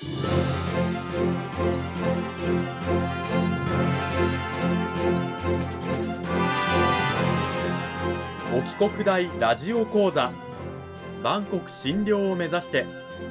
沖国大ラジオ講座、万国診療を目指して。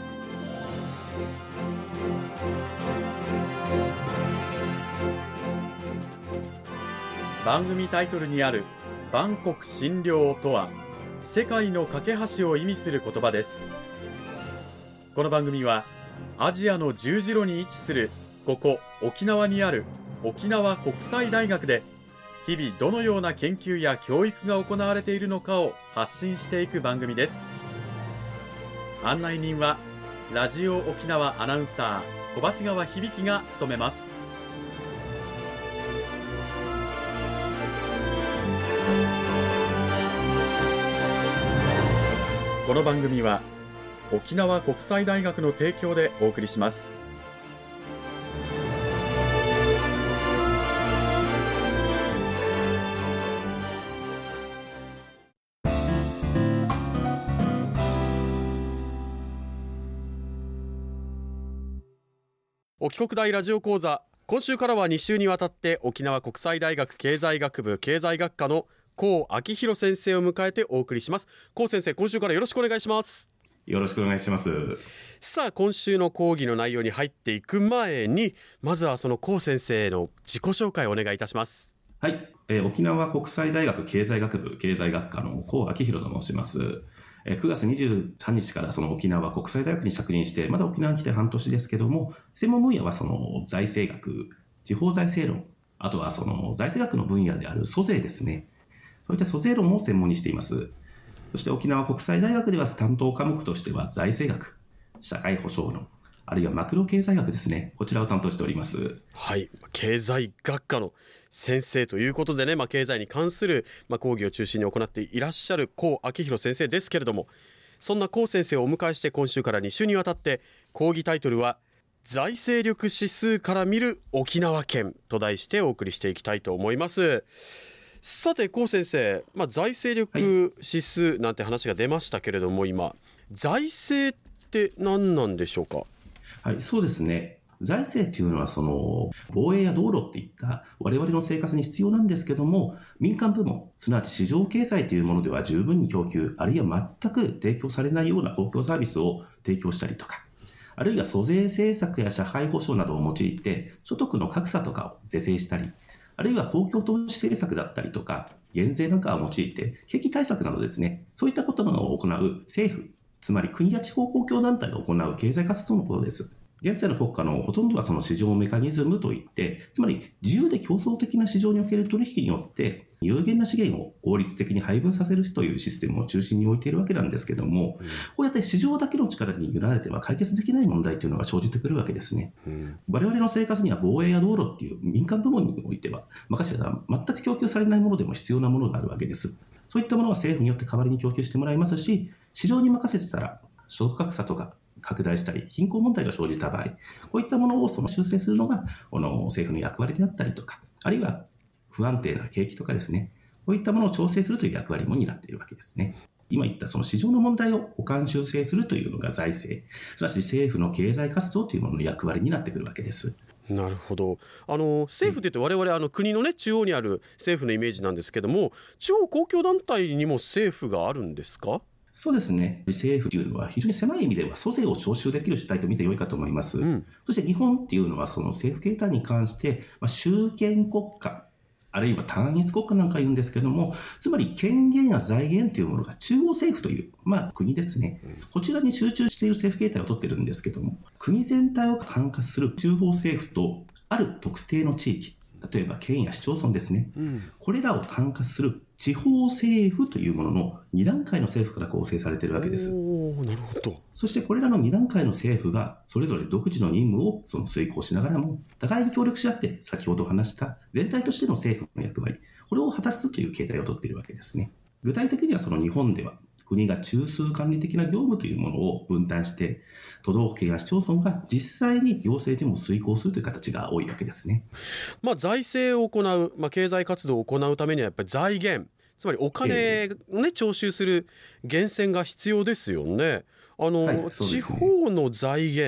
番組タイトルにある万国診療とは、世界の架け橋を意味する言葉です。この番組はアジアの十字路に位置するここ沖縄にある沖縄国際大学で、日々どのような研究や教育が行われているのかを発信していく番組です。案内人はラジオ沖縄アナウンサー小橋川響が務めます。この番組は沖縄国際大学の提供でお送りします。沖国大ラジオ講座、今週からは2週にわたって沖縄国際大学経済学部経済学科の高明弘先生を迎えてお送りします。高先生、今週からよろしくお願いします。 よろしくお願いします。 さあ、今週の講義の内容に入っていく前に、まずはその高先生の自己紹介をお願いいたします。 はい、沖縄国際大学経済学部経済学科の高明弘と申します。9月23日からその沖縄国際大学に着任して、まだ沖縄に来て半年ですけども、専門分野はその財政学、地方財政論、あとはその財政学の分野である租税ですね。そういった租税論を専門にしています。そして沖縄国際大学では担当科目としては財政学、社会保障論、あるいはマクロ経済学ですね。こちらを担当しております。 はい、経済学科の先生ということでね、経済に関する講義を中心に行っていらっしゃる高明弘先生ですけれども、そんな高先生をお迎えして今週から2週にわたって講義タイトルは財政力指数から見る沖縄県と題してお送りしていきたいと思います。さて高先生、財政力指数なんて話が出ましたけれども、今財政って何なんでしょうか。 はい、そうですね。財政というのはその防衛や道路っていった我々の生活に必要なんですけども、民間部門、すなわち市場経済というものでは十分に供給、あるいは全く提供されないような公共サービスを提供したりとか、あるいは租税政策や社会保障などを用いて所得の格差とかを是正したり、あるいは公共投資政策だったりとか減税なんかを用いて景気対策などですね、そういったことを行う政府、つまり国や地方公共団体が行う経済活動のことです。現在の国家のほとんどはその市場メカニズムといって、つまり自由で競争的な市場における取引によって有限な資源を効率的に配分させるというシステムを中心に置いているわけなんですけども、こうやって市場だけの力に委ねては解決できない問題というのが生じてくるわけですね。我々の生活には防衛や道路っていう民間部門においては任せたら全く供給されないものでも必要なものがあるわけです。そういったものは政府によって代わりに供給してもらいますし、市場に任せてたら所得格差とか拡大したり貧困問題が生じた場合、こういったものを修正するのが政府の役割であったりとか、あるいは不安定な景気とかですね、こういったものを調整するという役割も担っているわけですね。今言ったその市場の問題を補完修正するというのが財政、すなわち政府の経済活動というものの役割になってくるわけです。 なるほど。政府というと我々国のね、中央にある政府のイメージなんですけども、地方公共団体にも政府があるんですか。 そうですね。政府というのは非常に狭い意味では租税を徴収できる主体と見て良いかと思います。そして日本っていうのはその政府形態に関して、集権国家、あるいは単一国家なんか言うんですけども、つまり権限や財源というものが中央政府という、国ですね。こちらに集中している政府形態をとっているんですけども、国全体を管轄する中央政府とある特定の地域、例えば県や市町村ですね、これらを管轄する地方政府というものの2段階の政府から構成されているわけです。 なるほど。 そしてこれらの2段階の政府がそれぞれ独自の任務を遂行しながらも、互いに協力し合って先ほど話した全体としての政府の役割、これを果たすという形態をとっているわけですね。具体的にはその日本では国が中枢管理的な業務というものを分担して、都道府県や市町村が実際に行政事務を遂行するという形が多いわけですね。 財政を行う、経済活動を行うためにはやっぱり財源、つまりお金を徴収する源泉が必要ですよね。地方の財源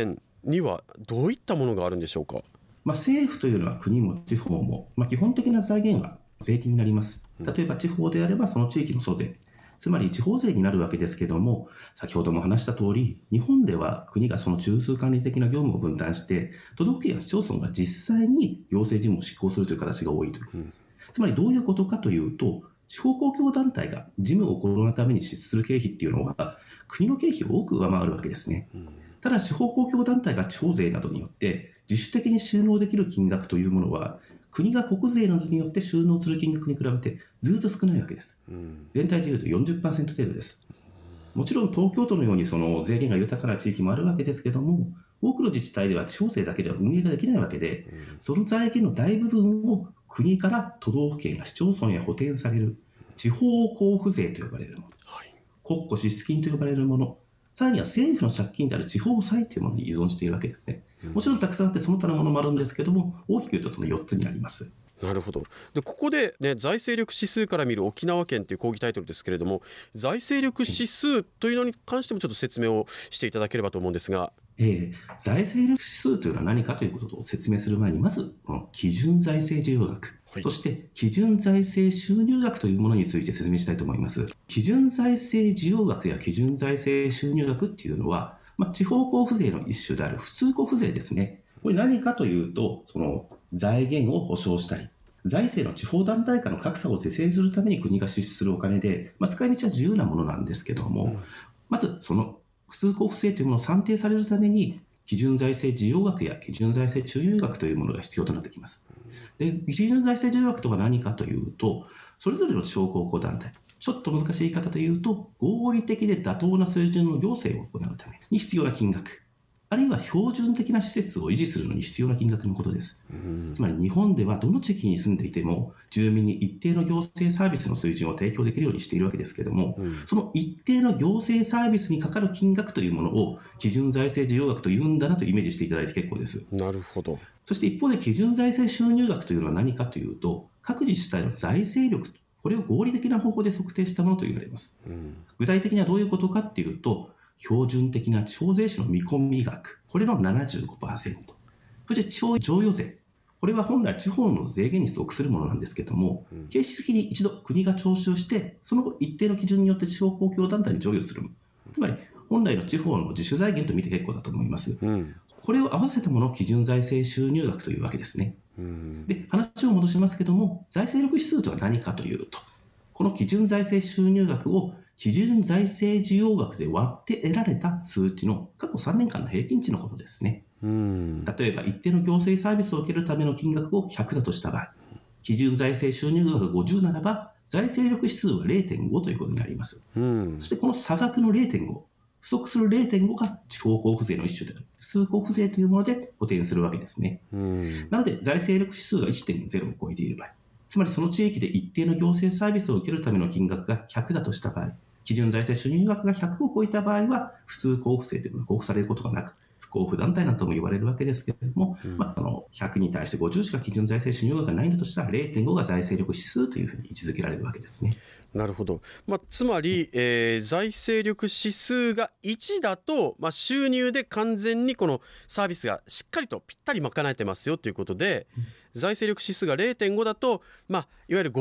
にはどういったものがあるんでしょうか。 政府というのは国も地方も、基本的な財源は税金になります。例えば地方であればその地域の租税、つまり地方税になるわけですけども、先ほども話した通り、日本では国がその中枢管理的な業務を分担して、都道府県や市町村が実際に行政事務を執行するという形が多いということです。つまりどういうことかというと、地方公共団体が事務を行うために支出する経費っていうのは、国の経費を多く上回るわけですね。ただ、地方公共団体が地方税などによって自主的に収納できる金額というものは、国が国税などによって収納する金額に比べてずっと少ないわけです。全体でいうと 40% 程度です。もちろん東京都のようにその税源が豊かな地域もあるわけですけども、多くの自治体では地方税だけでは運営ができないわけで、その財源の大部分を国から都道府県や市町村へ補填される地方交付税と呼ばれるもの、国庫支出金と呼ばれるもの、さらには政府の借金である地方債というものに依存しているわけですね。もちろんたくさんあってその他のものもあるんですけども、大きく言うとその4つになります。 なるほど。でここで、財政力指数から見る沖縄県という講義タイトルですけれども、財政力指数というのに関してもちょっと説明をしていただければと思うんですが。 財政力指数というのは何かということを説明する前に、まずこの基準財政需要額、そして基準財政収入額というものについて説明したいと思います。基準財政需要額や基準財政収入額っていうのは、地方交付税の一種である普通交付税ですね。これ何かというと、その財源を保障したり、財政の地方団体間の格差を是正するために国が支出するお金で、使い道は自由なものなんですけども、まずその普通交付税というものを算定されるために、基準財政需要額や基準財政収入額というものが必要となってきます。で、基準財政需要額とは何かというと、それぞれの地方公共団体、ちょっと難しい言い方で言うと、合理的で妥当な水準の行政を行うために必要な金額、あるいは標準的な施設を維持するのに必要な金額のことです。つまり日本ではどの地域に住んでいても住民に一定の行政サービスの水準を提供できるようにしているわけですけれども、その一定の行政サービスにかかる金額というものを基準財政需要額というんだなとイメージしていただいて結構です。 なるほど。 そして一方で基準財政収入額というのは何かというと、各自治体の財政力、これを合理的な方法で測定したものと言われます。具体的にはどういうことかというと、標準的な地方税収の見込み額、これの 75%。そして地方譲与税、これは本来地方の税源に属するものなんですけれども、形式的に一度国が徴収して、その後一定の基準によって地方公共団体に譲与する。つまり本来の地方の自主財源と見て結構だと思います。これを合わせたものを基準財政収入額というわけですね。で、話を戻しますけども、財政力指数とは何かというと、この基準財政収入額を基準財政需要額で割って得られた数値の過去3年間の平均値のことですね。例えば一定の行政サービスを受けるための金額を100だとした場合、基準財政収入額が50ならば財政力指数は 0.5 ということになります。そしてこの差額の 0.5、不足する 0.5 が地方交付税の一種である普通交付税というもので補填するわけですね。なので財政力指数が 1.0 を超えている場合、つまりその地域で一定の行政サービスを受けるための金額が100だとした場合、基準財政収入額が100を超えた場合は普通交付税というのが交付されることがなく、不交付団体なんとも言われるわけですけれども、その100に対して50しか基準財政収入額がないんだとしたら 0.5 が財政力指数というふうに位置づけられるわけですね。 なるほど。つまり、財政力指数が1だと、収入で完全にこのサービスがしっかりとぴったり賄えてますよということで、財政力指数が 0.5 だと、いわゆる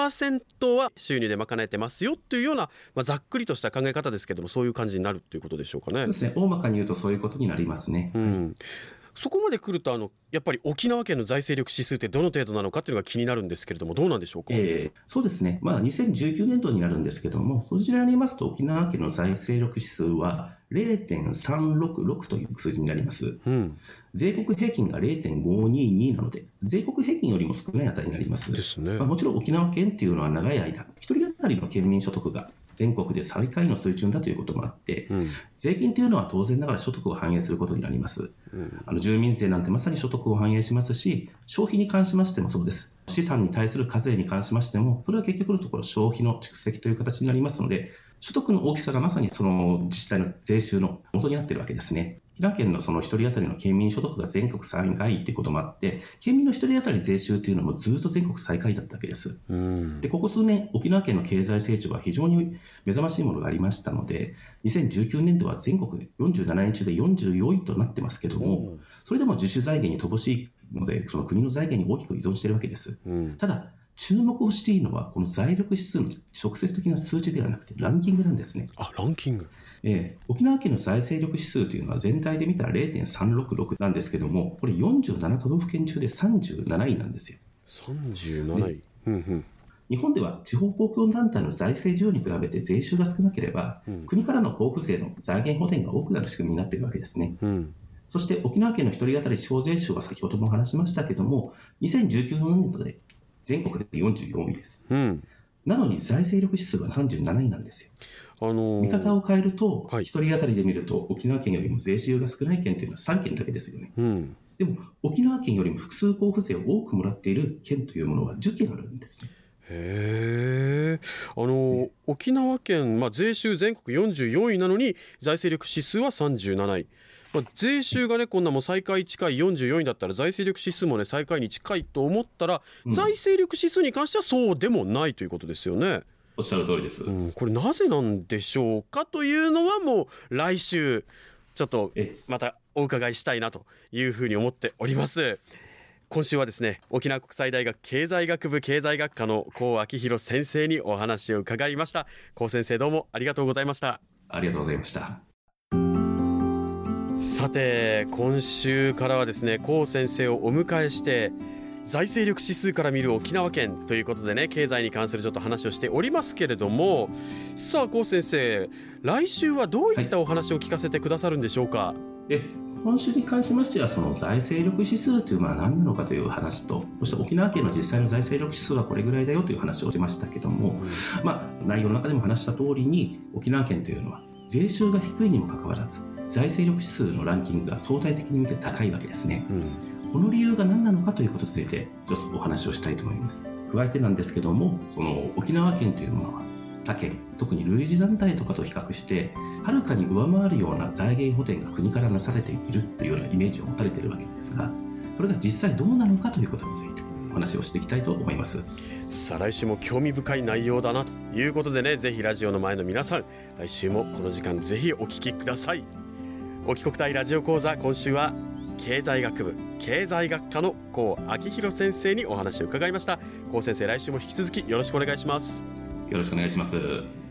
50% は収入で賄えてますよというような、ざっくりとした考え方ですけども、そういう感じになるということでしょうかね。 そうですね。大まかに言うとそういうことになりますね。 そこまで来るとやっぱり沖縄県の財政力指数ってどの程度なのかっていうのが気になるんですけれども、どうなんでしょうか。 そうですね、2019年度になるんですけども、そちらによりますと沖縄県の財政力指数は 0.366 という数字になります。全国平均が 0.522 なので、全国平均よりも少ない値になります。 ですね。 もちろん沖縄県っていうのは長い間、1人当たりの県民所得が全国で最下位の水準だということもあって、税金というのは当然ながら所得を反映することになります。住民税なんてまさに所得を反映しますし、消費に関しましてもそうです。資産に対する課税に関しましても、それは結局のところ消費の蓄積という形になりますので、所得の大きさがまさにその自治体の税収の元になっているわけですね。 沖縄県のその1人当たりの県民所得が全国最下位っていうこともあって、県民の1人当たり税収というのもずっと全国最下位だったわけです。で、ここ数年、沖縄県の経済成長は非常に目覚ましいものがありましたので、2019年度は全国47位中で44位となってますけども、それでも自主財源に乏しいので、その国の財源に大きく依存しているわけです。ただ、注目をしていいのは、この財力指数の直接的な数値ではなくて、ランキングなんですね。 ランキング。 沖縄県の財政力指数というのは全体で見たら 0.366 なんですけども、これ47都道府県中で37位なんですよ。 37位、 日本では地方公共団体の財政需要に比べて税収が少なければ、国からの交付税の財源補填が多くなる仕組みになっているわけですね。そして沖縄県の1人当たり地方税収は先ほども話しましたけども、2019年度で全国で44位です。なのに財政力指数は37位なんですよ。見方を変えると、1人当たりで見ると沖縄県よりも税収が少ない県というのは3県だけですよね。でも沖縄県よりも複数交付税を多くもらっている県というものは10県あるんですね。 沖縄県、税収全国44位なのに財政力指数は37位。税収がね、こんなもう最下位近い44位だったら財政力指数もね最下位に近いと思ったら、財政力指数に関してはそうでもないということですよね。 おっしゃる通りです。 これなぜなんでしょうかというのはもう来週ちょっとまたお伺いしたいなというふうに思っております。今週はですね、沖縄国際大学経済学部経済学科の高明弘先生にお話を伺いました。高先生、どうもありがとうございました。 ありがとうございました。 さて、今週からはですね、高先生をお迎えして財政力指数から見る沖縄県ということでね、経済に関するちょっと話をしておりますけれども、さあ高先生、来週はどういったお話を聞かせてくださるんでしょうか。 今週に関しましては、その財政力指数というのは何なのかという話と、そして沖縄県の実際の財政力指数はこれぐらいだよという話をしましたけども、内容の中でも話した通りに、沖縄県というのは税収が低いにもかかわらず財政力指数のランキングが相対的に見て高いわけですね。この理由が何なのかということについてちょっとお話をしたいと思います。加えてなんですけども、その沖縄県というものは他県、特に類似団体とかと比較してはるかに上回るような財源補填が国からなされているというようなイメージを持たれているわけですが、これが実際どうなのかということについてお話をしていきたいと思います。 さあ来週も興味深い内容だなということでね、ぜひラジオの前の皆さん、来週もこの時間ぜひお聞きください。沖国大ラジオ講座、今週は経済学部経済学科の高明弘先生にお話を伺いました。高先生、来週も引き続きよろしくお願いします。 よろしくお願いします。